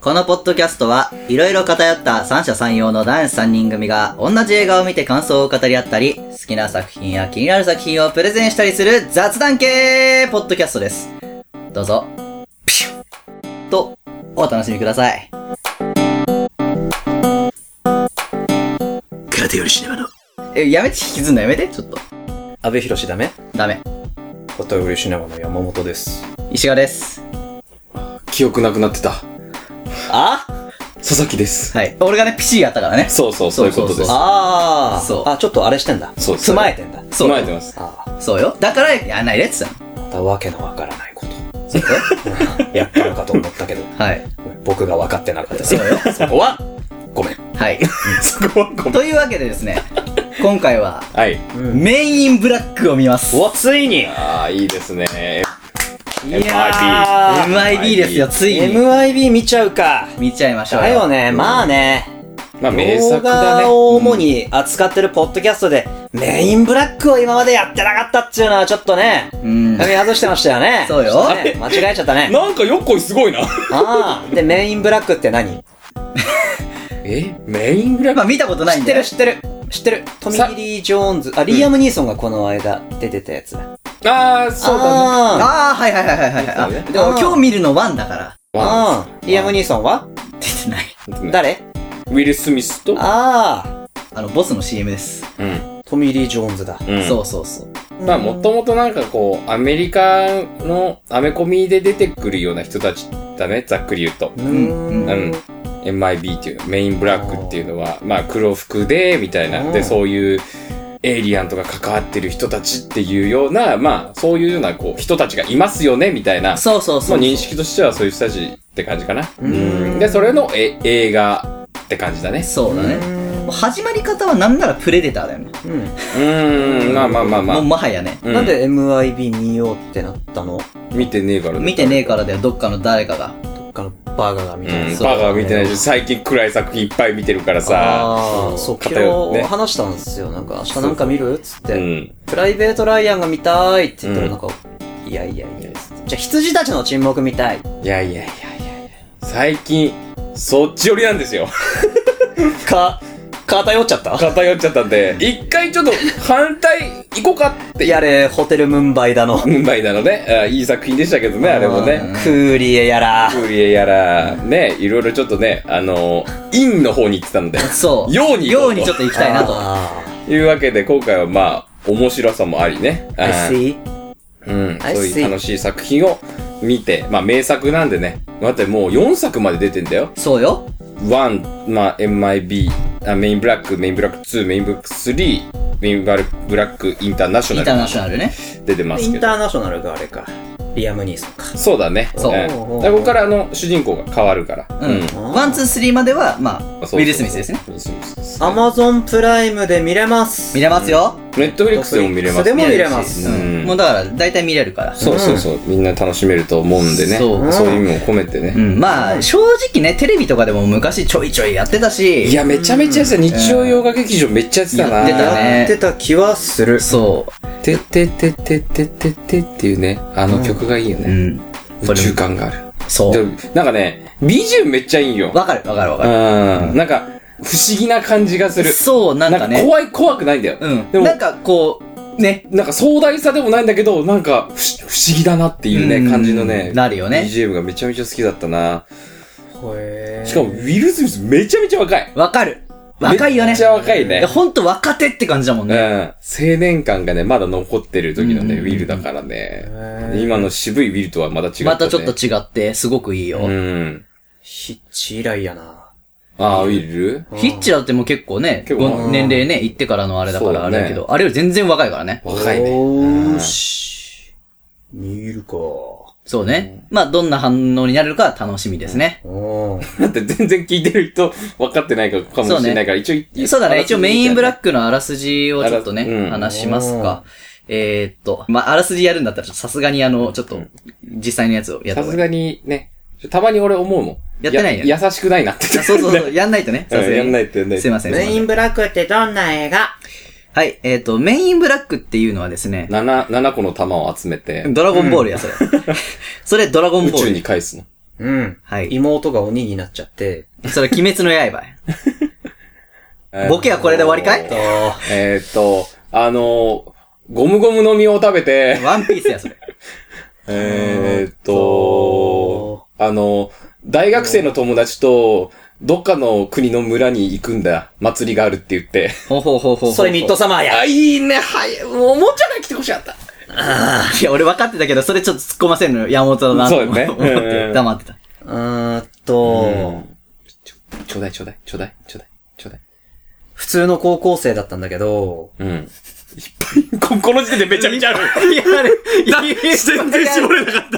このポッドキャストはいろいろ偏った三者三様の男子3人組が同じ映画を見て感想を語り合ったり、好きな作品や気になる作品をプレゼンしたりする雑談系ポッドキャストです。どうぞ、ピシュッとお楽しみください。 片寄シネマのやめて、引きずんのやめて、ちょっと。 阿部寛ダメ？ ダメ。 片寄シネマの山本です。 石川です。 記憶なくなってた。 あ？ 佐々木です。 はい。俺がね、ピシーやったからね。 そういうことです。 ああ、 そう。 あ、ちょっとあれしてんだ。 そう。 つまえてんだ。 つまえてます。 そうよ。だからやんないでって言ったの。 またわけのわからないこと。そうやったのかと思ったけど。 はい。 僕が分かってなかった。 そうよ。 そこは、ごめん。 はい。 そこはごめん。 というわけでですね、今回は、 はい。 メインインブラックを見ます。 お、ついにああ、いいですね。 いやー MIB ですよ、ついに。 MIB 見ちゃうか。 見ちゃいましょうよ。 だよね、まあね。 まあ、名作だね。 動画を主に扱ってるポッドキャストで、メインブラックを今までやってなかったっていうのはちょっね、 うん。 見外してましたよね。 そうよね間違えちゃったね。 なんかよっこいすごいな。 ああ。で、メインブラックって何？ メインブラックまあ見たことないんで。 知ってる。トミー・リー・ジョーンズ。あ、リアム・ニーソンがこの間出てたやつだ。 ああ、そうだね。 あはい。 そうあ、 ねでも今日見るの1だから。 あ。リアム・ニーソンは出てない。 誰？ ウィル・スミスと、 あボスの CM です。 うん。 あ。トミー・リー・ジョーンズだ。 そう。 まあ、もともとなんかこう、アメリカのアメコミで出てくるような人たちだね、ざっくり言うと。MIB っていう、メインブラックっていうのは、まあ、黒服で、みたいな。で、そういう、エイリアンとか関わってる人たちっていうような、まあ、そういうような、こう、人たちがいますよね、みたいな。 そう。 まあ、認識としてはそういう人たちって感じかな。で、それの映画って感じだね。 そうだね。始まり方はなんならプレデターだよね。 まあ。 もうもはやね。 なんで MIB 見ようってなったの？ 見てねえからね。 見てねえからだよ、どっかの誰かが。 どっかのバーガーが見たいな。 バーガー見てないし、最近暗い作品いっぱい見てるからさ。 ああ、そう、昨日話したんですよ。なんか、明日なんか見る？つって。プライベート・ライアンが見たいって言ったらなんか、いや。じゃあ、羊たちの沈黙見たい。 いや。最近、そっち寄りなんですよ。 偏っちゃった偏っちゃったんで、一回ちょっと反対行こうかって。 やれ、ホテルムンバイだの。 ムンバイなのね。いい作品でしたけどね、あれもね。 クーリエやら。 ね、いろいろちょっとね、インの方に行ってたので。 そう。 陽にちょっと行きたいなと。 いうわけで、今回はまあ、面白さもありね。 I see. そういう楽しい作品を見て、まあ名作なんでね。待って、もう4作まで出てんだよ。 そうよ。 1、まあ MIB、メインブラック2、メインブラック3、メインブラックインターナショナル。 ね。 出てますけど。 インターナショナルがあれか。リアム・ニーソンか。 そうだね。 そう。 ここから主人公が変わるから。 1、2、3までは、まあ、ウィル・スミスですね。 アマゾンプライムで見れます。 見れますよ。 ネットフリックスでも見れます。 でも見れます。 もうだから、大体見れるから。 そう。みんな楽しめると思うんでね。そういう意味も込めてね。 まあ、正直ね、テレビとかでも昔ちょいちょいやってたし。 いや、めちゃめちゃさ、日曜洋画劇場めっちゃやってたな。 やってた気はする。 そう。 てってっていうね、曲がいいよね。宇宙感がある。 そう。 なんかね、BGM めっちゃいいよ。 わかる。 なんか、不思議な感じがする。 そう、なんかね。 怖くないんだよ。 でも、なんかこう、ね。 なんか壮大さでもないんだけど、なんか、不思議だなっていうね、感じのね。 なるよね。 BGM がめちゃめちゃ好きだったな。 へしかも、ウィル・スミスめちゃめちゃ若い。 わかる。若いよね。 めっちゃ若いね。 ほんと若手って感じだもんね。 青年感がね、まだ残ってる時のね、ウィルだからね。今の渋いウィルとはまた違って、ね。 またちょっと違って、すごくいいよ。 ヒッチ以来やな。 ああ、ウィルヒッチだってもう結構ね、年齢ね、行ってからのあれだからあれだけど、あれより全然若いからね。 若いね。 よし。見るか。 そうね。まあ、どんな反応になるか楽しみですね。 だって全然聞いてる人分かってないかもしれないから、一応。 そうだね。一応メインブラックのあらすじをちょっとね、話しますか。まあ、あらすじやるんだったら、さすがにちょっと、実際のやつをやった方がいい。 さすがにね、たまに俺思うもん。 やってないよ。 優しくないなって。 そう、やんないとね。さすがに。 やんないと。 すいません。 メインブラックってどんな映画？ はい、メインブラックっていうのはですね。 7個の玉を集めて。 ドラゴンボールや、それ。それドラゴンボール。 宇宙に返すの。 うん。 はい。 妹が鬼になっちゃって。 それ、鬼滅の刃や。ボケはこれで終わりかい？ ゴムゴムの実を食べて、 ワンピースや、それ。 大学生の友達と、どっかの国の村に行くんだ。祭りがあるって言って。 ほう。 それミッドサマーや。 あ、いいね、はい。もうおもちゃが来てほしかった。 いや、俺分かってたけど、それちょっと突っ込ませるの山本だなと思って、黙ってた。 ちょうだい。 普通の高校生だったんだけど、 うん。いっぱい、この時点でめちゃめちゃある。全然絞れなかった。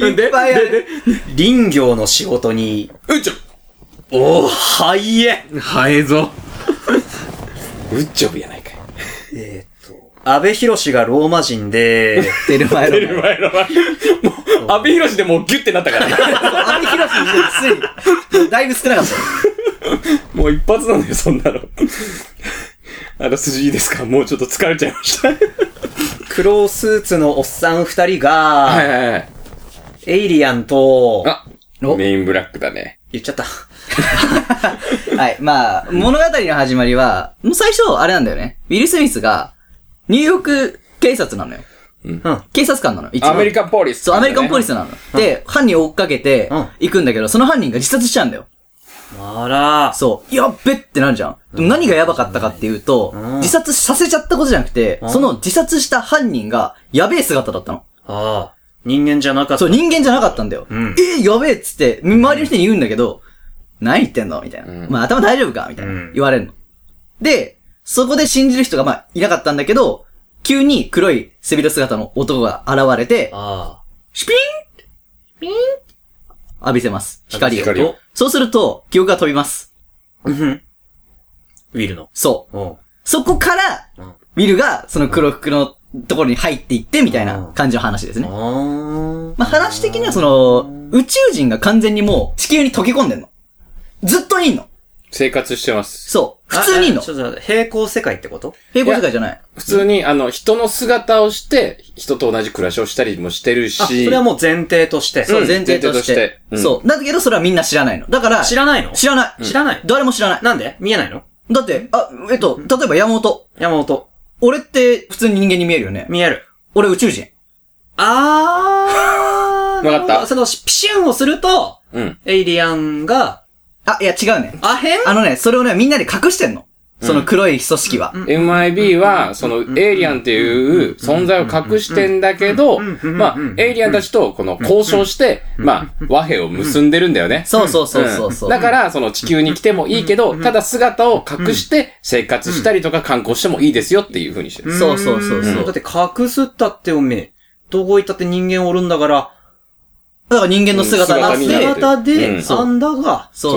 いっぱいある。 林業の仕事に、 おー、はいえ。 早えぞ。ウッジョブやないかい。 安倍博士がローマ人で、 出る前。 もう、安倍博士でもうギュッてなったからね。 安倍博士にだいぶ少なかったよ。 もう一発なんだよ、そんなの。筋いいですか？もうちょっと疲れちゃいました。 黒スーツのおっさん二人が、 はい。 エイリアンと、 メインブラックだね。 言っちゃった。 はい。まあ、物語の始まりは、もう最初、あれなんだよね。ウィル・スミスが、ニューヨーク警察なのよ。 うん。 警察官なの。 アメリカンポリス。 そう、アメリカンポリスなの。で、犯人を追っかけて、行くんだけど、その犯人が自殺しちゃうんだよ。 あら。 そう。やっべってなるじゃん。でも何がやばかったかっていうと、自殺させちゃったことじゃなくて、その自殺した犯人が、やべえ姿だったの。 ああ。人間じゃなかった。 そう、人間じゃなかったんだよ。やべえっつって、周りの人に言うんだけど、何言ってんのみたいな。まあ、頭大丈夫かみたいな。言われるの。で、そこで信じる人がまあ、いなかったんだけど、急に黒い背広姿の男が現れて、シュピーン浴びせます。光を。そうすると、記憶が飛びます。 ウィルの。 そう。そこから、ウィルがその黒服のところに入っていってみたいな感じの話ですね。まあ話的にはその、宇宙人が完全にもう地球に溶け込んでんの。ずっといんの。 生活してます。 そう。普通にいんの。 ちょっと待って、平行世界ってこと？ 平行世界じゃない。 普通に、人の姿をして、人と同じ暮らしをしたりもしてるし。 それはもう前提として。 そう、前提として。そう。だけどそれはみんな知らないの。だから。 知らないの？ 知らない。 知らない。 誰も知らない。 なんで？見えないの？ だって、例えば山本。俺って普通に人間に見えるよね。 見える。 俺宇宙人。 わかった。 その、ピシュンをすると、エイリアンが、 いや違うね。それをね、みんなで隠してんの。その黒い組織は。 MIB は、その、エイリアンっていう存在を隠してんだけど、まあ、エイリアンたちと、この、交渉して、まあ、和平を結んでるんだよね。 そう。 だから、その地球に来てもいいけど、ただ姿を隠して生活したりとか観光してもいいですよっていう風にしてる。 そう。 だって隠すったっておめえ、どこ行ったって人間おるんだから、 だから人間の姿になって、 姿で、あんだが。 そう。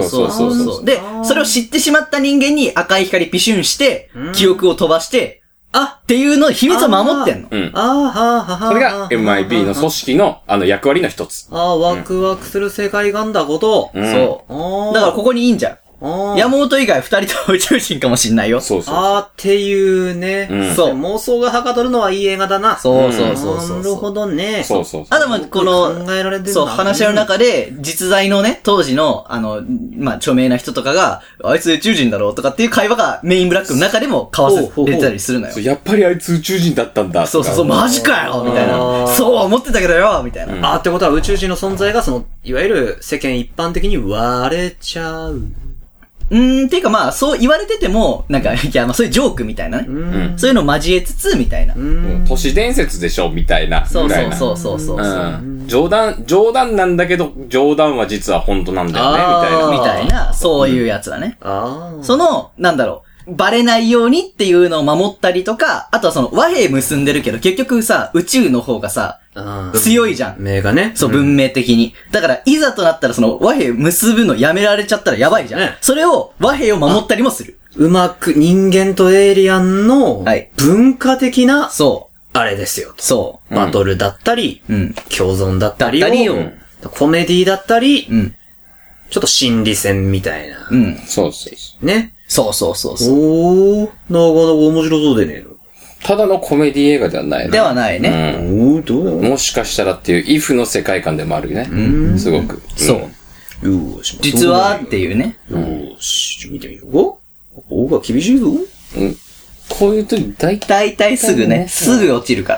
で、それを知ってしまった人間に赤い光ピシュンして、記憶を飛ばして、っていうの秘密を守ってんの。 それが MIB の組織の役割の一つ。 ワクワクする世界観だこと。 そう。だからここにいいんじゃん。山本以外二人とも宇宙人かもしんないよ。 そう。っていうね。そう。妄想がはかどるのはいい映画だな。 そう。なるほどね。 そう。 あとま、この、そう、話の中で、実在のね、当時の、まあ、著名な人とかが、あいつ宇宙人だろうとかっていう会話がメインブラックの中でも交わせれたりするのよ。 やっぱりあいつ宇宙人だったんだ。 そう、マジかよみたいな。そう思ってたけどよみたいな。 ってことは宇宙人の存在がいわゆる世間一般的に割れちゃう。 っていうかまあ、そう言われてても、なんか、いや、まあそういうジョークみたいなね。そういうのを交えつつ、みたいな。 都市伝説でしょみたいな。 そう。 冗談なんだけど、冗談は実は本当なんだよね、 みたいな、そういうやつだね。その、なんだろう、バレないようにっていうのを守ったりとか、あとはその和平結んでるけど、結局さ、宇宙の方がさ、強いじゃん。 目がね。 そう、文明的に。だから、いざとなったらその和平結ぶのやめられちゃったらやばいじゃん。それを和平を守ったりもする。 うまく人間とエイリアンの文化的な、あれですよ。 そう。 バトルだったり、共存だったりを、コメディだったり、ちょっと心理戦みたいな。 そう。 ね。 そう。 なかなか面白そうでねえの。 ただのコメディ映画ではないね。 ではないね。 どうだろう。 もしかしたらっていう、イフの世界観でもあるよね。すごく。 そう。 よーし。 実はっていうね。 よーし。見てみようか。おが厳しいぞ。 こういう時大体すぐね、すぐ落ちるから。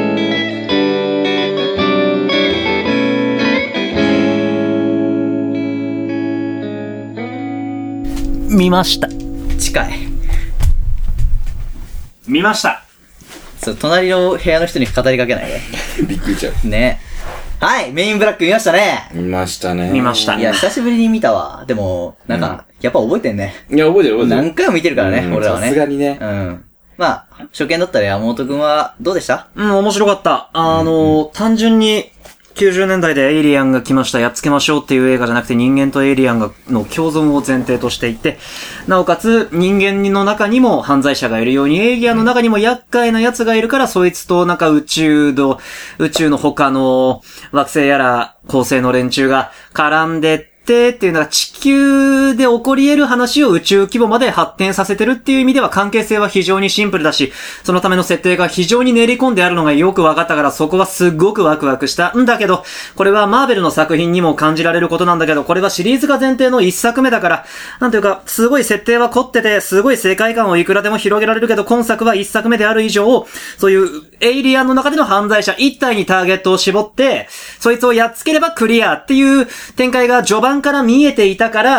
見ました。 近い。 見ました。 そう、隣の部屋の人に語りかけないで。 びっくりしちゃう。 ね。はい、メインブラック見ましたね。 見ましたね。 見ました。 いや、久しぶりに見たわ。でも、なんか、やっぱ覚えてんね。 いや、覚えてる。 何回も見てるからね、俺らはね。 さすがにね。 まあ、初見だったら山本くんはどうでした？ 面白かった。単純に、90年代でエイリアンが来ました、やっつけましょうっていう映画じゃなくて人間とエイリアンの共存を前提としていて、なおかつ人間の中にも犯罪者がいるように、エイリアンの中にも厄介な奴がいるから、そいつとなんか宇宙の他の惑星やら恒星の連中が絡んでっていうのが地球で起こり得る話を宇宙規模まで発展させてるっていう意味では関係性は非常にシンプルだし、そのための設定が非常に練り込んであるのがよく分かったから、そこはすっごくワクワクしたんだけど、これはマーベルの作品にも感じられることなんだけど、これはシリーズが前提の一作目だから、なんていうか、すごい設定は凝ってて、すごい世界観をいくらでも広げられるけど、今作は一作目である以上、そういうエイリアンの中での犯罪者一体にターゲットを絞って、そいつをやっつければクリアっていう展開が序盤から見えていたから、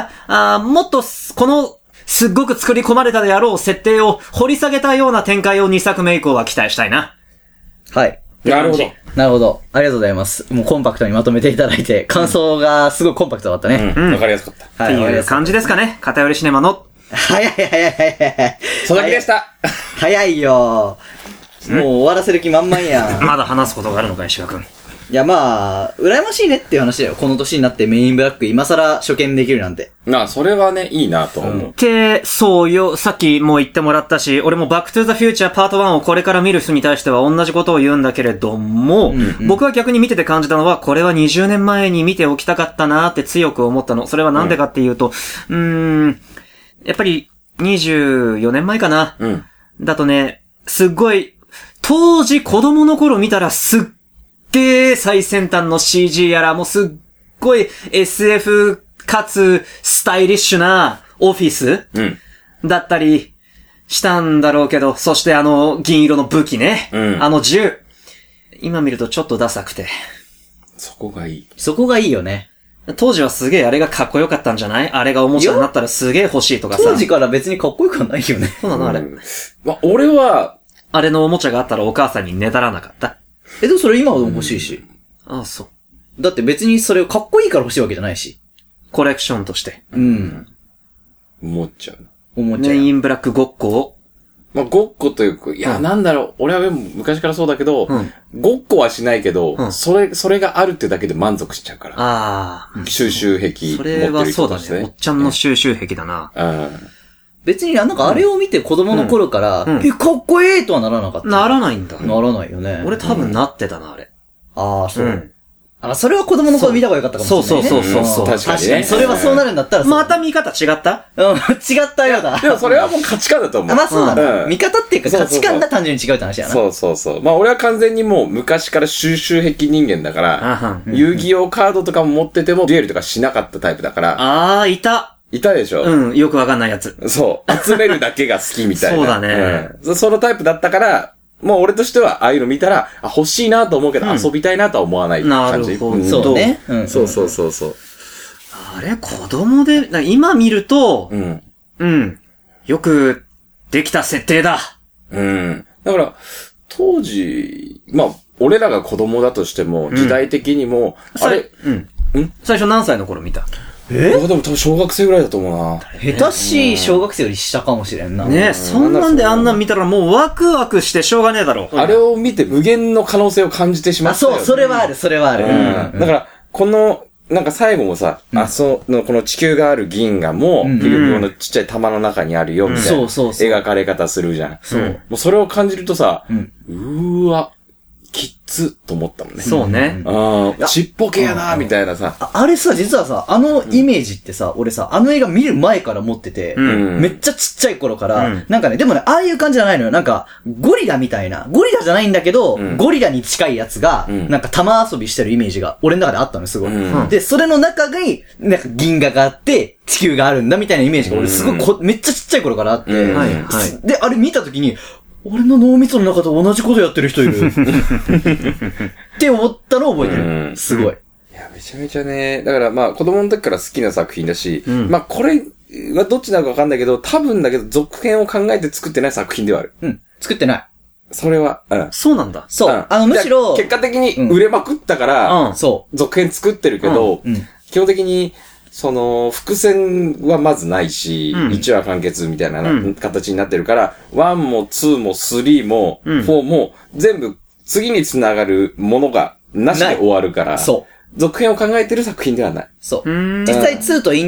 もっとこのすっごく作り込まれたであろう設定を掘り下げたような展開を2作目以降は期待したいな。 はい。 なるほど。 なるほど。ありがとうございます。もうコンパクトにまとめていただいて、感想がすごいコンパクトだったね。 わかりやすかった。 っていう感じですかね。偏りシネマの。 早い。 そだけでした。 早いよ。もう終わらせる気満々やん。 まだ話すことがあるのか、石川くん。 いやまあ、羨ましいねっていう話だよ。この年になってメインブラック今更初見できるなんて。 それはね、いいなと思う。 そうよ、さっきも言ってもらったし、俺もバックトゥザフューチャーパート1をこれから見る人に対しては同じことを言うんだけれども、僕は逆に見てて感じたのは、これは20年前に見ておきたかったなーって強く思ったの。それはなんでかっていうと、やっぱり24年前かな。だとね、すっごい、当時子供の頃見たらすっげー最先端の CG やら、もうすっごい SF かつスタイリッシュなオフィスだったりしたんだろうけど、そして銀色の武器ね。銃。今見るとちょっとダサくて。 そこがいい。 そこがいいよね。 当時はすげえあれがかっこよかったんじゃない？あれがおもちゃになったらすげえ欲しいとかさ。 当時から別にかっこよくはないよね。 そうなのあれ。 俺は、 あれのおもちゃがあったらお母さんにねだらなかった。 でもそれ今は欲しいし。 ああ、そう。 だって別にそれをかっこいいから欲しいわけじゃないし。 コレクションとして。 思っちゃう。 メインブラックごっこを。 ごっこというか、いや、なんだろう、俺は昔からそうだけど、ごっこはしないけど、それがあるってだけで満足しちゃうから。収集癖持ってる人それはそうだね。おっちゃんの収集癖だな。 別になんかあれを見て子供の頃から、かっこいいとはならなかった。 ならないんだ。 ならないよね。 俺多分なってたな、あれ。 ああ、そう。それは子供の頃見た方がよかったかもしれないね。 そう。 確かにね。 それはそうなるんだったらまた見方違った？ 違ったようだ。 でもそれはもう価値観だと思う。 まあそうだな。見方っていうか価値観が単純に違うって話やな。 そう。まあ俺は完全にもう昔から収集癖人間だから、遊戯王カードとかも持っててもデュエルとかしなかったタイプだから。 いたでしょ？ よくわかんないやつ。 そう。集めるだけが好きみたいな。 そうだね。 そのタイプだったから、もう俺としてはああいうの見たら、欲しいなと思うけど遊びたいなとは思わない感じ。 なるほど。 そうね。 そう。 あれ、子供で、今見ると、よくできた設定だ。 だから、当時、まあ、俺らが子供だとしても、時代的にも、あれ、 最初何歳の頃見た？ でも多分小学生ぐらいだと思うな。 下手しい小学生より下かもしれんな。 ね、そんなんであんなん見たらもうワクワクしてしょうがねえだろ。 あれを見て無限の可能性を感じてしまったよ。 そう、それはある。 だから、この、なんか最後もさ、この地球がある銀河も、結局このちっちゃい玉の中にあるよ、みたいな。描かれ方するじゃん。もうそれを感じるとさ、うーわ、 キッズと思ったもんね。 そうね。 ちっぽけやなみたいなさ。 あれさ、実はさ、あのイメージってさ、俺さ、あの映画見る前から持ってて、めっちゃちっちゃい頃から、なんかね、でもね、ああいう感じじゃないのよ。なんか、ゴリラみたいな、ゴリラじゃないんだけど、ゴリラに近いやつが、なんか玉遊びしてるイメージが、俺の中であったのよ、すごい。で、それの中に、なんか銀河があって、地球があるんだみたいなイメージが俺すごいめっちゃちっちゃい頃からあって、で、あれ見たときに、俺の脳みその中と同じことやってる人いる。って思ったのを覚えてる。すごい。 いや、めちゃめちゃね、だからまあ子供の時から好きな作品だし、まあこれはどっちなのかわかんないけど、多分だけど続編を考えて作ってない作品ではある。 作ってない。 それは、 そうなんだ。 そう。むしろ。 結果的に売れまくったから、 そう。 続編作ってるけど、基本的に、伏線はまずないし、1話完結みたいな形になってるから、1も2も3も4も全部次に繋がるものがなしで終わるから、続編を考えてる作品ではない。 そう。実際2と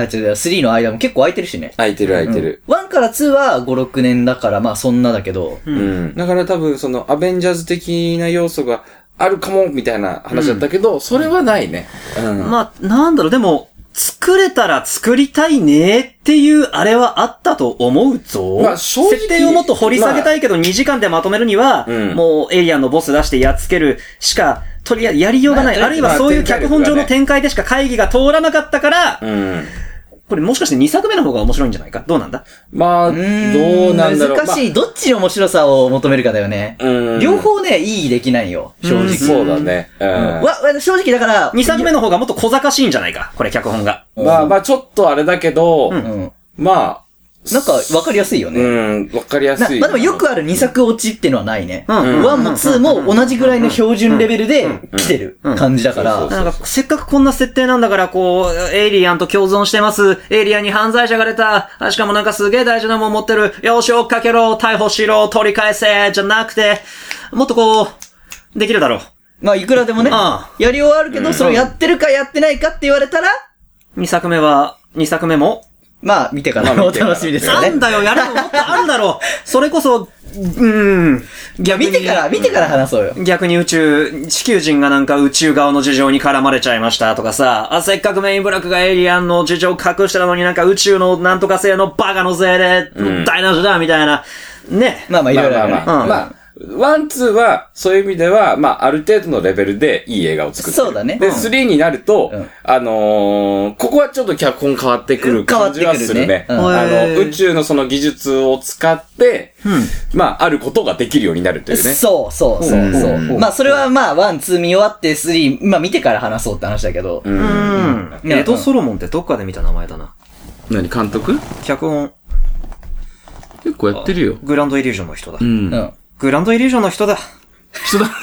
3の間も結構空いてるしね。 空いてる。 1から2は5、6年だから、まあそんなだけど。 だから多分アベンジャーズ的な要素があるかも、みたいな話だったけど、それはないね。 まあ、なんだろう、でも、作れたら作りたいねっていうあれはあったと思うぞ。まあ正直。設定をもっと掘り下げたいけど、2時間でまとめるには、もうエイリアンのボス出してやっつけるしか、とりあえずやりようがない。あるいはそういう脚本上の展開でしか会議が通らなかったから、これもしかして2作目の方が面白いんじゃないか？どうなんだ？ まあ、どうなんだろう。 難しい。どっちの面白さを求めるかだよね。両方ね、いいできないよ。正直。 そうだね。 正直だから。 2作目の方がもっと小賢しいんじゃないか？これ脚本が。 まあ、ちょっとあれだけど、まあ、 なんか、わかりやすいよね。 わかりやすい。 まあ、でもよくある2作落ちっていうのはないね。1も2も同じぐらいの標準レベルで来てる感じだから。 なんか、せっかくこんな設定なんだから、こう、エイリアンと共存してます。エイリアンに犯罪者が出た。しかもなんかすげえ大事なもん持ってる。よし、追っかけろ、逮捕しろ、取り返せ、じゃなくて、もっとこう、できるだろう。 まあ、いくらでもね。やりようはあるけど、それをやってるかやってないかって言われたら、 2作目も、 まあ、見てからお楽しみですよね。 なんだよ、やるのもっとあるだろう。それこそ、 いや、見てから話そうよ。 逆に地球人がなんか宇宙側の事情に絡まれちゃいましたとかさ、せっかくメインブラックがエイリアンの事情を隠してたのになんか宇宙のなんとか性のバカのせいで、台無しだみたいな。ね。 まあ、いろいろあるね。 まあ、1、2は、そういう意味では、まあ、ある程度のレベルでいい映画を作ってる。 そうだね。 で、3になると、ここはちょっと脚本変わってくる感じはするね。宇宙のその技術を使って、まあ、あることができるようになるというね。 そう。まあ、それはまあ、1、2見終わって3、まあ、見てから話そうって話だけど。 エド・ソロモンってどっかで見た名前だな。 何、監督？ 脚本。 結構やってるよ。 グランドイリュージョンの人だ。グランドイリュージョンの人だ。 人だ。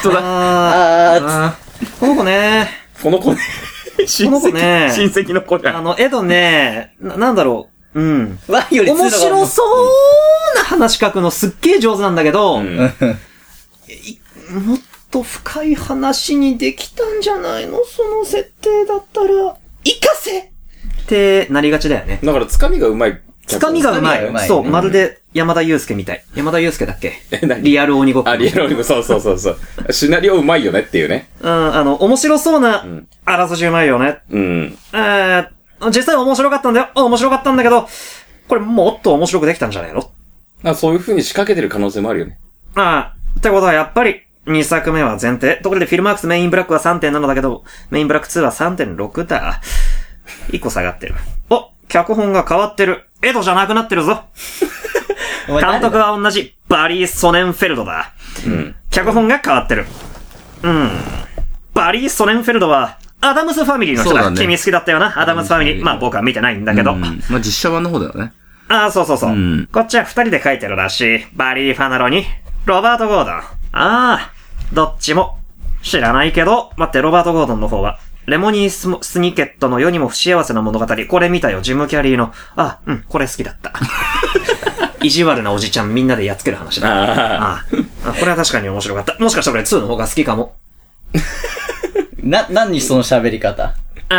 この子ね。 この子ね。親戚の子じゃん。 エドね、なんだろう。面白そうな話書くのすっげー上手なんだけど、もっと深い話にできたんじゃないの？その設定だったら、生かせってなりがちだよね。 だから、つかみがうまい。 つかみがうまい。そう、まるで山田裕介みたい。山田裕介だっけ？リアル鬼ごっこ。 リアル鬼ごっこ、そう。シナリオうまいよねっていうね。 面白そうな、あらすじうまいよね。実際面白かったんだよ。面白かったんだけど、これもっと面白くできたんじゃないの？ そういう風に仕掛けてる可能性もあるよね。 ってことはやっぱり、2作目は前提。ところでフィルマークスメインブラックは 3.7 だけど、メインブラック2は 3.6 だ。1個下がってる。脚本が変わってる。エドじゃなくなってるぞ。監督は同じ、バリー・ソネンフェルドだ。脚本が変わってる。バリー・ソネンフェルドは、アダムスファミリーの人だ。君好きだったよな、アダムスファミリー。まあ僕は見てないんだけど。 まあ実写版の方だよね。 そう。こっちは2人で書いてるらしい。バリー・ファナロに、ロバート・ゴードン。どっちも。知らないけど、待って、ロバート・ゴードンの方は。レモニー・スニケットの世にも不幸せな物語。これ見たよ、ジム・キャリーの。これ好きだった。意地悪なおじちゃんみんなでやっつける話だ。これは確かに面白かった。もしかしたら俺2の方が好きかも。 何その喋り方？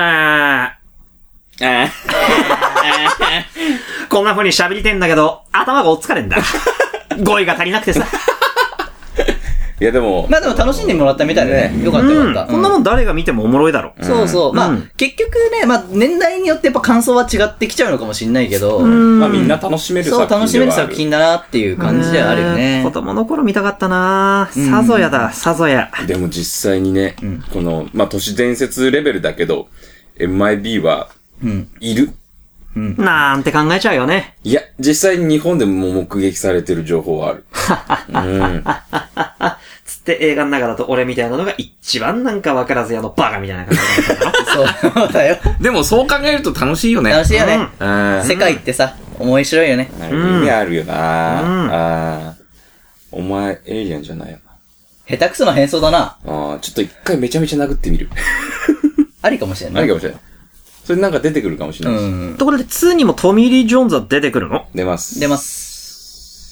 こんな風に喋りてんだけど、頭がおっつかれんだ。語彙が足りなくてさ。 いやでも。 まあでも楽しんでもらったみたいでね。よかったよかった。 こんなもん誰が見てもおもろいだろ。 そうそう。まあ、結局ね、まあ年代によってやっぱ感想は違ってきちゃうのかもしれないけど、 まあみんな楽しめる作品ではある。 そう、楽しめる作品だなっていう感じではあるよね。 子供の頃見たかったなさぞやだ、さぞや。 でも実際にね、この、まあ都市伝説レベルだけど、MIB は、いる。 なんて考えちゃうよね。 いや、実際に日本でも目撃されてる情報はある。 つって映画の中だと俺みたいなのが一番なんか分からずやのバカみたいな感じだったの。 そうだよ。 でもそう考えると楽しいよね。 楽しいよね。 世世界ってさ、面白いよね。 意味あるよなお前、エイリアンじゃないよ下手くそな変装だな。 な。ちょっと一回めちゃめちゃ殴ってみる。 ありかもしれない。 ありかもしれない。それなんか出てくるかもしれないし。 ところで2にもトミー・リー・ジョーンズは出てくるの？ 出ます。 出ます。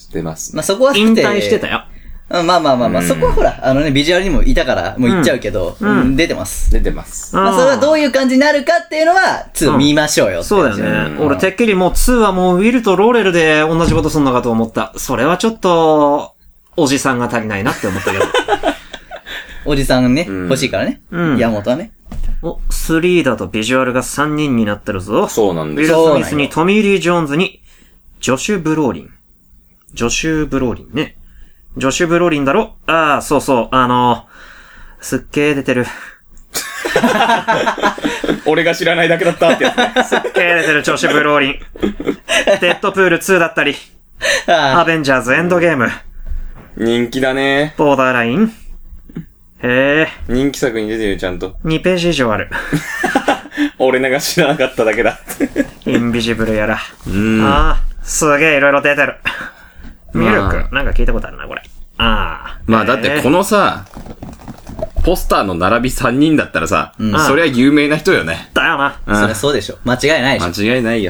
出ます。 まあ、そこは引退してたよ。 まあ、そこはほら、ビジュアルにもいたから、もう言っちゃうけど、出てます。 出てます。 まあ、それはどういう感じになるかっていうのは、2見ましょうよ。 そうだよね。俺、てっきりもう2はもうウィルとローレルで同じことすんのかと思った。それはちょっと、おじさんが足りないなって思ったけど。 おじさんね、欲しいからね。山本はね。 3だとビジュアルが3人になってるぞ。 そうなんです。 ウィル・スミスにトミー・リー・ジョーンズに、ジョシュ・ブローリンね。ジョシュ・ブローリンだろ？ああ、そうそう、すっげー出てる。 俺が知らないだけだったってやつね。 すっげー出てる、ジョシュ・ブローリン。デッドプール2だったり、アベンジャーズ・エンドゲーム。 人気だね。 ボーダーライン。へえ。 人気作に出てるちゃんと。 2ページ以上ある。 俺が知らなかっただけだ。 インビジブルやら。ああ、すげえいろいろ出てる。ミルク、なんか聞いたことあるな、これ。ああ。 まあだってこのさ、ポスターの並び3人だったらさ、そりゃ有名な人よね。 だよな。 そりゃそうでしょ。間違いないでしょ。 間違いないよ。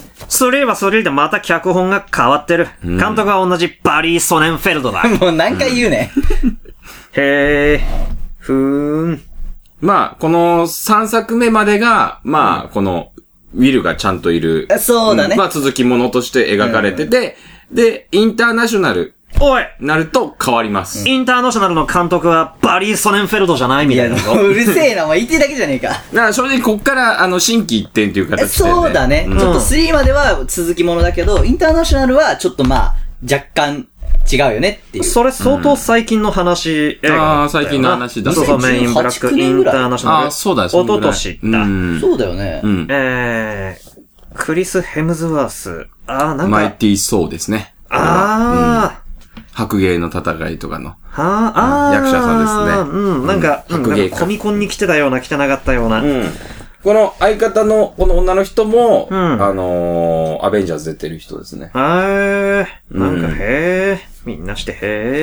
3は3でまた脚本が変わってる。監督は同じバリー・ソネンフェルドだ。 もう何回言うね。 へー。 まあ、この3作目までが、まあ、この、ウィルがちゃんといる。 そうだね。 まあ、続きものとして描かれてて、で、インターナショナル。 おいなると変わります。 インターナショナルの監督はバリー・ソネンフェルドじゃないみたいなの。 うるせえな、お前言ってるだけじゃねえか。 だから正直こっから、新規一点という形で、ね。 そうだね。ちょっと3までは続きものだけど、インターナショナルはちょっとまあ、若干違うよねっていう。 それ相当最近の話、 ああ、最近の話だ。 そうそう、メインブラックインターナショナル。 ああ、そうだ、 おととしだ。 そうだよね。 クリス・ヘムズワース。なんか。 マイティー・ソーですね。白芸の戦いとかの。役者さんですね。 なんか、コミコンに来てたような、来てなかったような。 この相方の、この女の人も、アベンジャーズ出てる人ですね。 なんか、みんなして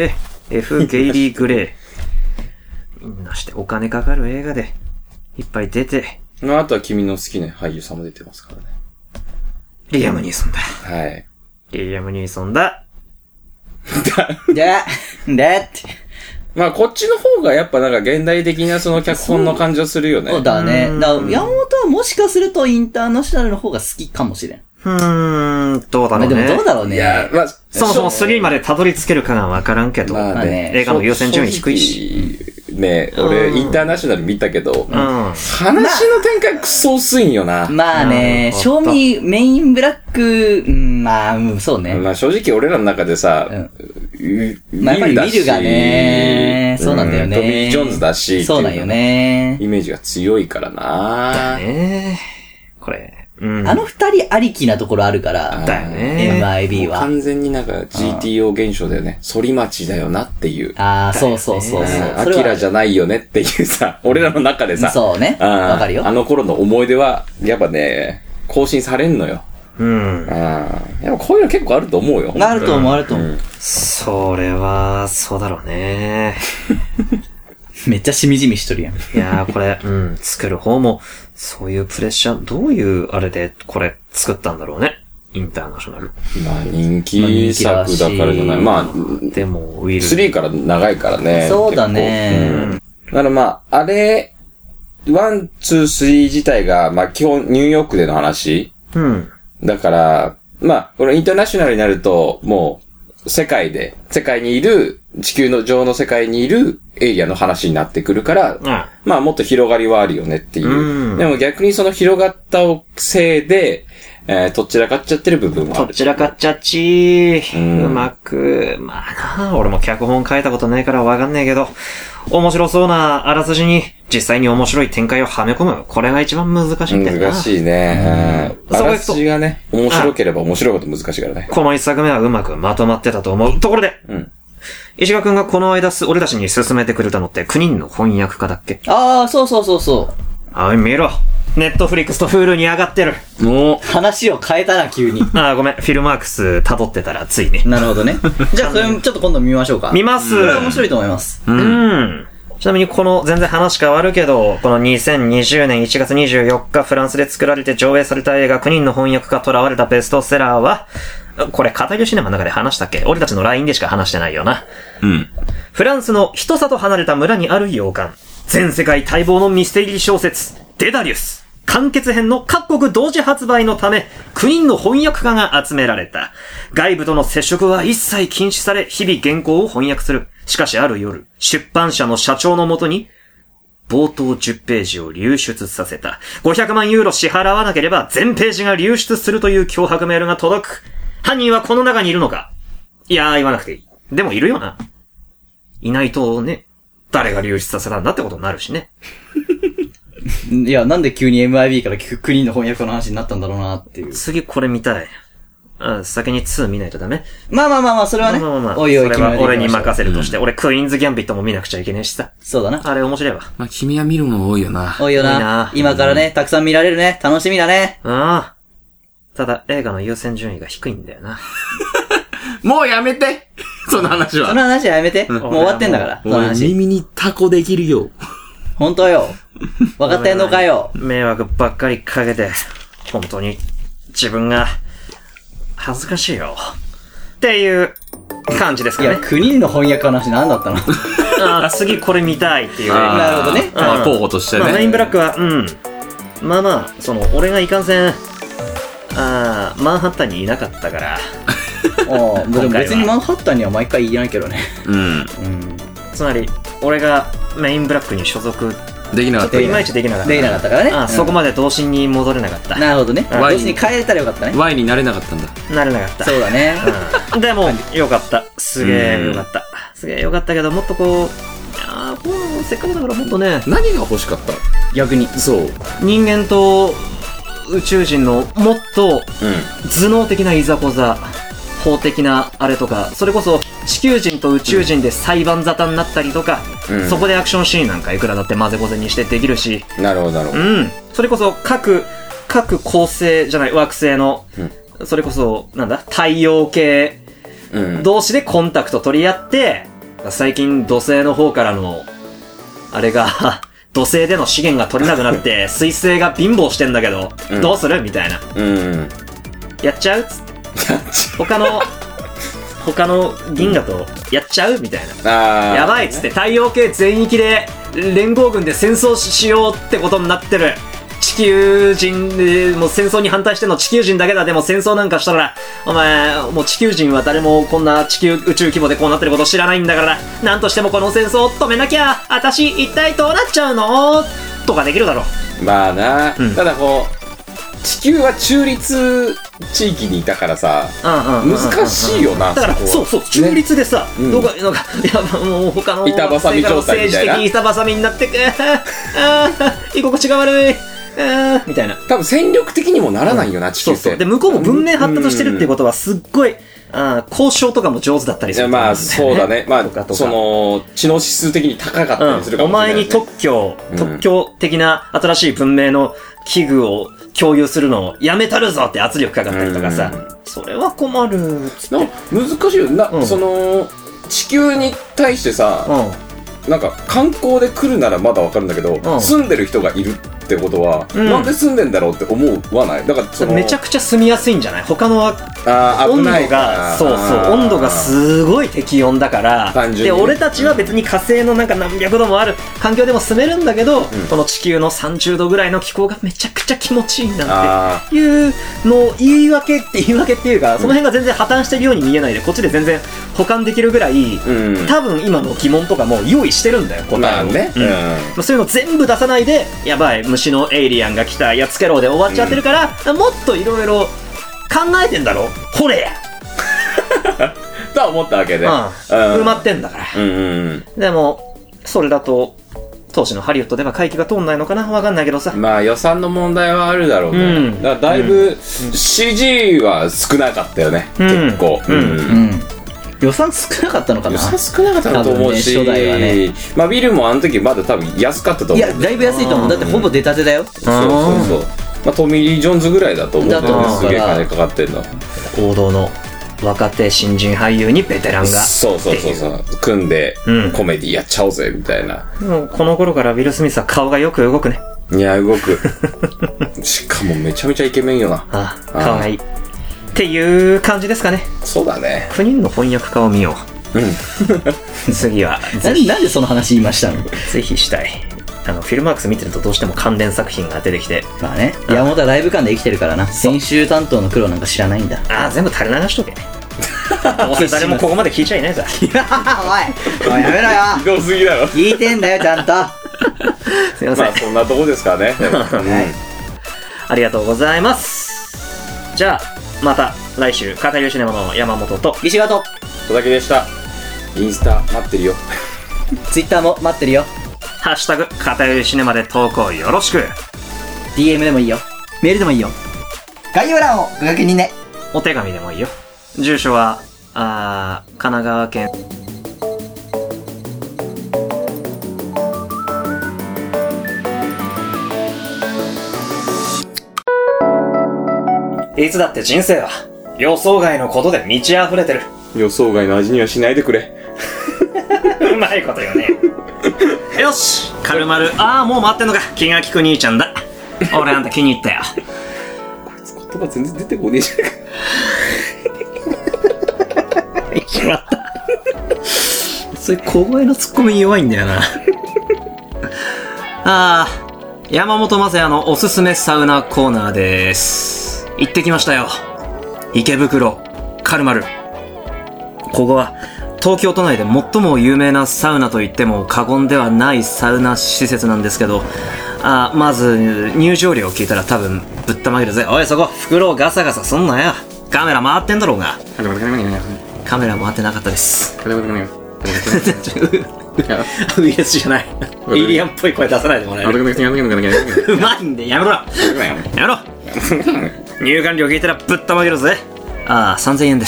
、F. ゲイリー・グレー。みんなしてお金かかる映画で、いっぱい出て。 あとは君の好きな俳優さんも出てますからね。 リアム・ニーソンだ。 はい。 リアム・ニーソンだ。 だって。 まあ、こっちの方がやっぱなんか現代的なその脚本の感じをするよね。 そうだね。山本はもしかするとインターナショナルの方が好きかもしれん。 どうだろうね。 でもどうだろうね。 いや、まあ、 そもそも3までたどり着けるかがわからんけど。 まあね。 映画の優先順位低いし。 ね、俺、インターナショナル見たけど、話の展開クソ薄いんよな。 まあね、賞味メインブラック、まあ、そうね。 まあ正直俺らの中でさ、 まあやっぱりウィルがね、そうなんだよね。 トミー・ジョーンズだし、 そうなんよね。 イメージが強いからな。 だね。これ。 あの二人ありきなところあるから。 だよね。 MIB は。 完全になんか GTO 現象だよね。反町だよなっていう。 そうそう。 アキラじゃないよねっていうさ、俺らの中でさ。 そうね。わかるよ。 あの頃の思い出は、やっぱね、更新されんのよ。やっぱこういうの結構あると思うよ。 あると思う。 それは、そうだろうね。 めっちゃしみじみしとるやん。 いやー、これ、作る方も、そういうプレッシャー、どういうあれでこれ作ったんだろうね。インターナショナル。 まあ人気作だからじゃない。まあ、 でも、ウィル。 3から長いからね。 そうだね。 だからまあ、あれ、1、2、3自体が、まあ基本ニューヨークでの話。だから、まあ、このインターナショナルになると、もう、 世界にいる、地球の上の世界にいるエイリアンの話になってくるから、まあもっと広がりはあるよねっていう。でも逆にその広がったせいで、とっちらかっちゃってる部分はある。 とっちらかっちゃっちー。うまく、まあな、俺も脚本書いたことないからわかんねえけど、面白そうなあらすじに実際に面白い展開をはめ込む。これが一番難しいんだよな。 難しいね。あらすじがね、面白ければ面白いこと難しいからね。 この一作目はうまくまとまってたと思う。ところで、石川くんがこの間俺たちに勧めてくれたのって9人の翻訳家だっけ？ ああ、そうそうそうそう。 はい、見ろ。ネットフリックスとフールに上がってる。 もう、話を変えたな、急に。 ごめん。フィルマークス辿ってたらついね。 なるほどね。じゃあ、それちょっと今度見ましょうか。 見ます。 これは面白いと思います。 ちなみにこの、全然話変わるけど、この2020年1月24日、フランスで作られて上映された映画9人の翻訳家囚われたベストセラーは、これ、片桐シネマの中で話したっけ？俺たちの LINE でしか話してないよな。フランスの一里離れた村にある洋館。全世界待望のミステリー小説、デダリウス。完結編の各国同時発売のため、9人の翻訳家が集められた。外部との接触は一切禁止され、日々原稿を翻訳する。しかしある夜、出版社の社長のもとに、冒頭10ページを流出させた。500万ユーロ支払わなければ全ページが流出するという脅迫メールが届く。犯人はこの中にいるのか？いやー、言わなくていい。でもいるよな。いないとね、誰が流出させたんだってことになるしね。 いや、なんで急に MIB から9人の翻訳の話になったんだろうなっていう。 次これ見たい。先に2見ないとダメ？ まあ、それはね。おいおい、 それは俺に任せるとして、俺クイーンズギャンビットも見なくちゃいけねえしさ。 そうだな。 あれ面白いわ。 まあ、君は見るの多いよな。 多いよな。今からね、たくさん見られるね。楽しみだね。 ただ、映画の優先順位が低いんだよな。 もうやめてその話は。 その話はやめて。もう終わってんだから。その話。 耳にタコできるよ。 本当よ。分かってんのかよ。 迷惑ばっかりかけて、本当に自分が恥ずかしいよ。っていう感じですかね。 いや、9人の翻訳の話何だったの？ 次これ見たいっていう。 なるほどね。 まあ、候補としてね。 メインブラックは、俺がいかんせん、マンハッタンにいなかったから。 でも別にマンハッタンには毎回言えないけどね。 つまり、俺がメインブラックに所属できなかった。 いまいちできなかった。 できなかったからね。 そこまで童心に戻れなかった。 なるほどね。童心に帰れたらよかったね。 Y になれなかったんだ。 なれなかった。 そうだね。 でも、よかった。すげえよかった。すげえよかったけど、もっとこう、せっかくだからもっとね。 何が欲しかった？ 逆に。 そう。 人間と宇宙人のもっと頭脳的ないざこざ、法的なあれとか、それこそ地球人と宇宙人で裁判沙汰になったりとか、そこでアクションシーンなんかいくらだって混ぜこぜにしてできるし。 なるほど、なるほど。 それこそ各恒星じゃない惑星の、それこそ太陽系同士でコンタクト取り合って、最近土星の方からのあれが土星での資源が取れなくなって水星が貧乏してんだけど、どうするみたいな。やっちゃう？つって他の銀河とやっちゃうみたいな。やばいっつって太陽系全域で連合軍で戦争しようってことになってる。地球人でもう戦争に反対してんの地球人だけだ。でも戦争なんかしたらお前もう地球人は誰もこんな地球宇宙規模でこうなってること知らないんだから、なんとしてもこの戦争を止めなきゃ。私一体どうなっちゃうのとかできるだろう。 まあな、ただこう地球は中立地域にいたからさ、難しいよな。 だからそう中立でさ、どこかいやもう他の板挟み状態みたいな、 政治的板挟みになって居心地が悪いみたいな。 多分戦力的にもならないよな、地球って。 で向こうも文明発達してるっていうことはすっごい交渉とかも上手だったりする。 まあそうだね。まあその知能指数的に高かったりするかもしれない、ね。 お前に特許的な新しい文明の器具を共有するのをやめたるぞって圧力かかったりとかさ、それは困るつって。 難しいよな、その地球に対してさ、なんか観光で来るならまだわかるんだけど、住んでる人がいるってことは、なんで住んでんだろうって思わない？だからそのめちゃくちゃ住みやすいんじゃない？他の温度が、そうそう、温度がすごい適温だから、で、俺たちは別に火星のなんか何百度もある環境でも住めるんだけど、この地球の30度ぐらいの気候がめちゃくちゃ気持ちいいなんていうのを言い訳っていうか、その辺が全然破綻してるように見えないで、こっちで全然保管できるぐらい、多分今の疑問とかも用意してるんだよ、答えを。ね。そういうの全部出さないで、やばい、虫のエイリアンが来た、やっつけろで終わっちゃってるから、もっといろいろ考えてんだろほれやとは思ったわけで、 埋まってんだから、でもそれだと当時のハリウッドでは回帰が通んないのかな、わかんないけどさ。 まあ予算の問題はあるだろうね、だからだいぶ CG は少なかったよね、結構。 予算少なかったのかな。 予算少なかったと思うし、 初代はね、 まあビルもあの時まだ多分安かったと思う。 いやだいぶ安いと思う。だってほぼ出たてだよ。 そうそうそう。まあ、トミー・リー・ジョーンズぐらいだと思うんだよね、すげえ金かかってんの。 王道の若手新人俳優にベテランがそう組んで、コメディやっちゃおうぜみたいな。 もうこの頃からウィル・スミスは顔がよく動くね。 いや動くしかもめちゃめちゃイケメンよな。 顔がいいっていう感じですかね。 そうだね。 9人の翻訳家を見よう。次はなんでその話言いましたの。 ぜひしたい。フィルマークス見てるとどうしても関連作品が出てきて、 まあね、山本はライブ感で生きてるからな。編集担当の苦労なんか知らないんだ。 全部垂れ流しとけ。どうせ誰もここまで聞いちゃいないさ。 おいやめろよ。 ひどすぎだろ。 聞いてんだよちゃんと。 すいません。 まあそんなとこですかね。 ありがとうございます。じゃあまた来週、片寄シネマの山本と石川と戸崎でした。インスタ待ってるよ。 ツイッターも待ってるよ。 ハッシュタグ片寄シネマで投稿よろしく。 DM でもいいよ、メールでもいいよ、概要欄をご確認ね。 お手紙でもいいよ。住所は神奈川県いつだって人生は予想外のことで満ち溢れてる。 予想外の味にはしないでくれ。 うまいこと言うね。よし、カルマル。もう回ってんのか。気が利く兄ちゃんだ。俺あんた気に入ったよ。 こいつ言葉全然出てこねえじゃんか。 しまった。それ小声のツッコミ弱いんだよな。山本雅也のおすすめサウナコーナーです。行ってきましたよ。池袋、カルマル。ここは東京都内で最も有名なサウナと言っても過言ではないサウナ施設なんですけど、まず入場料を聞いたら多分ぶったまげるぜ。おいそこ、袋をガサガサすんなよ。カメラ回ってんだろうが。カメラ回ってなかったです。ウイルスじゃない。エイリアンっぽい声出さないでもらえる。うまいんでやめろ。やめろ。入館料聞いたらぶったまげるぜ。3000円です。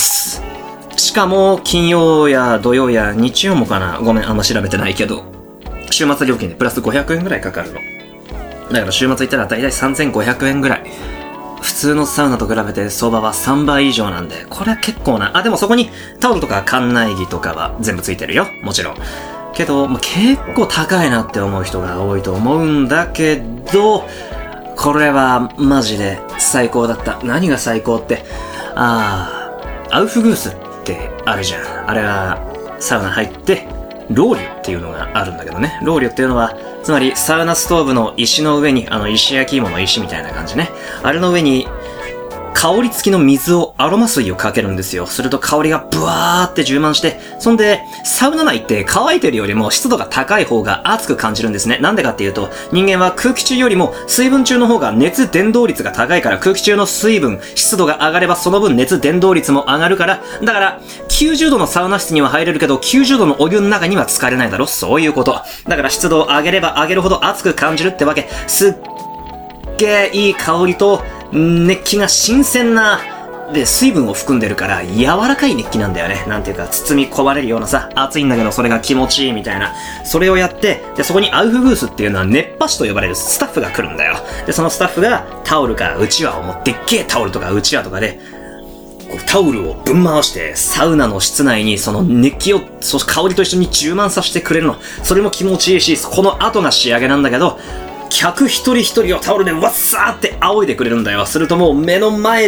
しかも金曜や土曜や日曜もかな。ごめん、あんま調べてないけど、週末料金でプラス500円ぐらいかかるの。だから週末行ったらだいたい3500円ぐらい。普通のサウナと比べて相場は3倍以上なんで、これは結構な。でもそこにタオルとか館内着とかは全部ついてるよ、もちろん。けど、結構高いなって思う人が多いと思うんだけど、これはマジで最高だった。何が最高って、アウフグースってあるじゃん。あれはサウナ入ってロウリュっていうのがあるんだけどね。ロウリュっていうのはつまりサウナストーブの石の上に、石焼き芋の石みたいな感じね。あれの上に香り付きの水を、アロマ水をかけるんですよ。すると香りがブワーって充満して、そんでサウナ内って乾いてるよりも湿度が高い方が熱く感じるんですね。なんでかっていうと、人間は空気中よりも水分中の方が熱伝導率が高いから、空気中の水分、湿度が上がればその分熱伝導率も上がるから、だから90度のサウナ室には入れるけど90度のお湯の中には浸かれないだろ。そういうこと。だから湿度を上げれば上げるほど熱く感じるってわけ。すっげーいい香りと熱気が新鮮な、で、水分を含んでるから柔らかい熱気なんだよね。なんていうか包み込まれるようなさ、熱いんだけどそれが気持ちいいみたいな。それをやって、で、そこにアウフグースっていうのは熱波師と呼ばれるスタッフが来るんだよ。で、そのスタッフがタオルかうちわを持って、でっけえタオルとかうちわとかで、タオルをぶん回してサウナの室内にその熱気を、そして香りと一緒に充満させてくれるの。それも気持ちいいし、この後が仕上げなんだけど、客一人一人をタオルでわっさーって仰いでくれるんだよ。するともう目の前で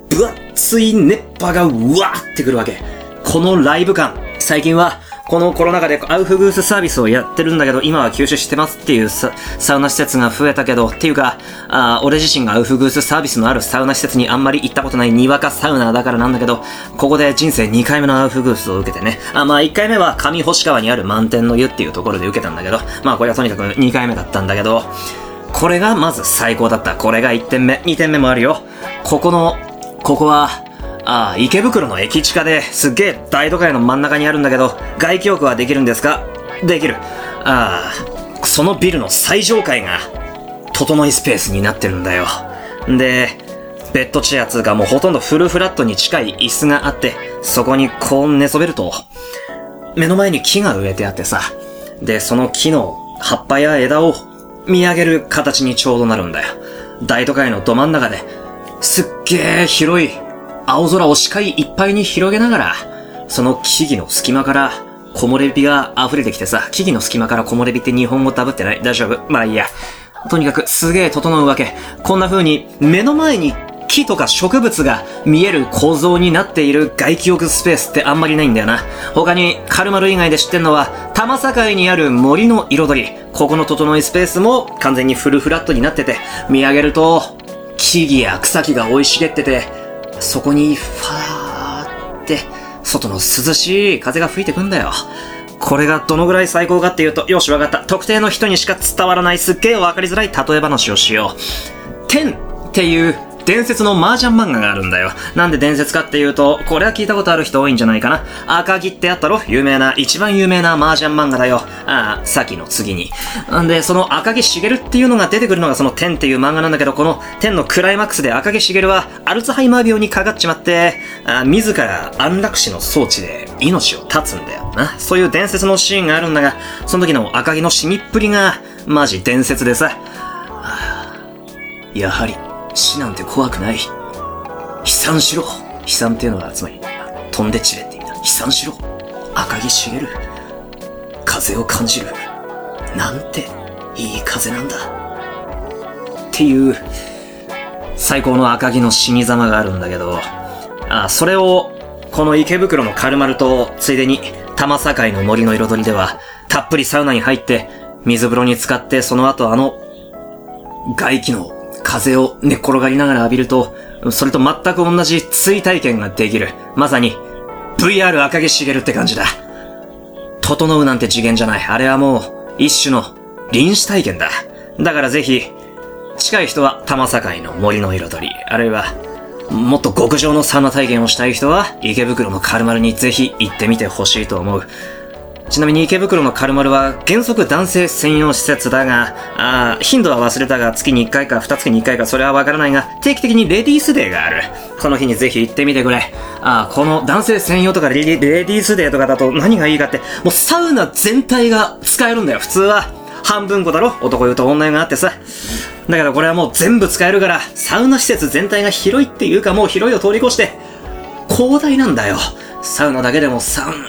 分厚い熱波がうわーってくるわけ。このライブ感。最近は、このコロナ禍でアウフグースサービスをやってるんだけど、今は休止してますっていうサウナ施設が増えたけど、っていうか、俺自身がアウフグースサービスのあるサウナ施設にあんまり行ったことないにわかサウナーだからなんだけど、ここで人生2回目のアウフグースを受けてね。1回目は上星川にある満天の湯っていうところで受けたんだけど、これはとにかく2回目だったんだけど、これがまず最高だった。これが1点目。2点目もあるよ。ここは、池袋の駅地下ですっげえ大都会の真ん中にあるんだけど、外気浴はできるんですか？できる。そのビルの最上階が、整いスペースになってるんだよ。で、ベッドチェアつうかもうほとんどフルフラットに近い椅子があって、そこにこう寝そべると、目の前に木が植えてあってさ、で、その木の葉っぱや枝を見上げる形にちょうどなるんだよ。大都会のど真ん中で、すっげえ広い、青空を視界いっぱいに広げながら、その木々の隙間から木漏れ日が溢れてきてさ、木々の隙間から木漏れ日って日本語ダブってない？大丈夫？まあいいや。とにかくすげえ整うわけ。こんな風に目の前に木とか植物が見える構造になっている外気浴スペースってあんまりないんだよな。他にカルマル以外で知ってんのは、多摩境にある森の彩り。ここの整いスペースも完全にフルフラットになってて、見上げると木々や草木が生い茂ってて、そこにファーって外の涼しい風が吹いてくんだよ。これがどのぐらい最高かっていうと、よしわかった。特定の人にしか伝わらないすっげえわかりづらい例え話をしよう。天っていう伝説の麻雀漫画があるんだよ。なんで伝説かっていうと、これは聞いたことある人多いんじゃないかな。赤木ってあったろ？一番有名な麻雀漫画だよ。さっきの次に。んで、その赤木しげるっていうのが出てくるのがその天っていう漫画なんだけど、この天のクライマックスで赤木しげるはアルツハイマー病にかかっちまって、自ら安楽死の装置で命を絶つんだよな。そういう伝説のシーンがあるんだが、その時の赤木の死にっぷりがマジ伝説でさ。やはり死なんて怖くない。飛散しろ。飛散っていうのはつまり飛んで散れって意味だ。飛散しろ。赤木しげる。風を感じる。なんていい風なんだ。っていう最高の赤木の死に様があるんだけど、それをこの池袋のカルマルとついでに多摩境の森の彩りではたっぷりサウナに入って水風呂に浸かって、その後外気の風を寝っ転がりながら浴びると、それと全く同じ追体験ができる。まさに VR 赤木しげるって感じだ。整うなんて次元じゃない。あれはもう一種の臨死体験だ。だからぜひ近い人は多摩境の森の彩り、あるいはもっと極上のサウナ体験をしたい人は池袋のカルマルにぜひ行ってみてほしいと思う。ちなみに池袋のカルマルは原則男性専用施設だが、頻度は忘れたが月に1回か2月に1回かそれはわからないが、定期的にレディースデーがある。この日にぜひ行ってみてくれ。この男性専用とかレディースデーとかだと何がいいかって、もうサウナ全体が使えるんだよ。普通は半分こだろ？男湯と女湯があってさ。だけどこれはもう全部使えるから、サウナ施設全体が広いっていうかもう広いを通り越して広大なんだよ。サウナだけでも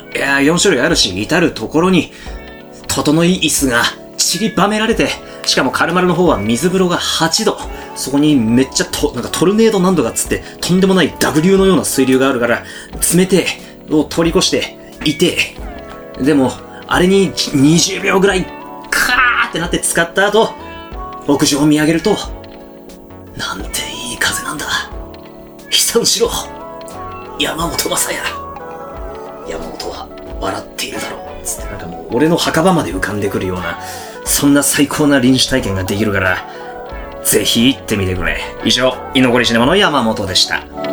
4種類あるし、至るところに整い椅子が散りばめられて、しかもカルマルの方は水風呂が8度。そこにめっちゃなんかトルネード難度がつってとんでもない濁流のような水流があるから、冷てえを通り越していて、でもあれに20秒ぐらいカーってなって使った後、屋上を見上げると、なんていい風なんだ。飛散しろ。山本昌也。山本は笑っているだろう。つってなんかもう俺の墓場まで浮かんでくるような、そんな最高な臨死体験ができるから、ぜひ行ってみてくれ。以上、居残りシネマの山本でした。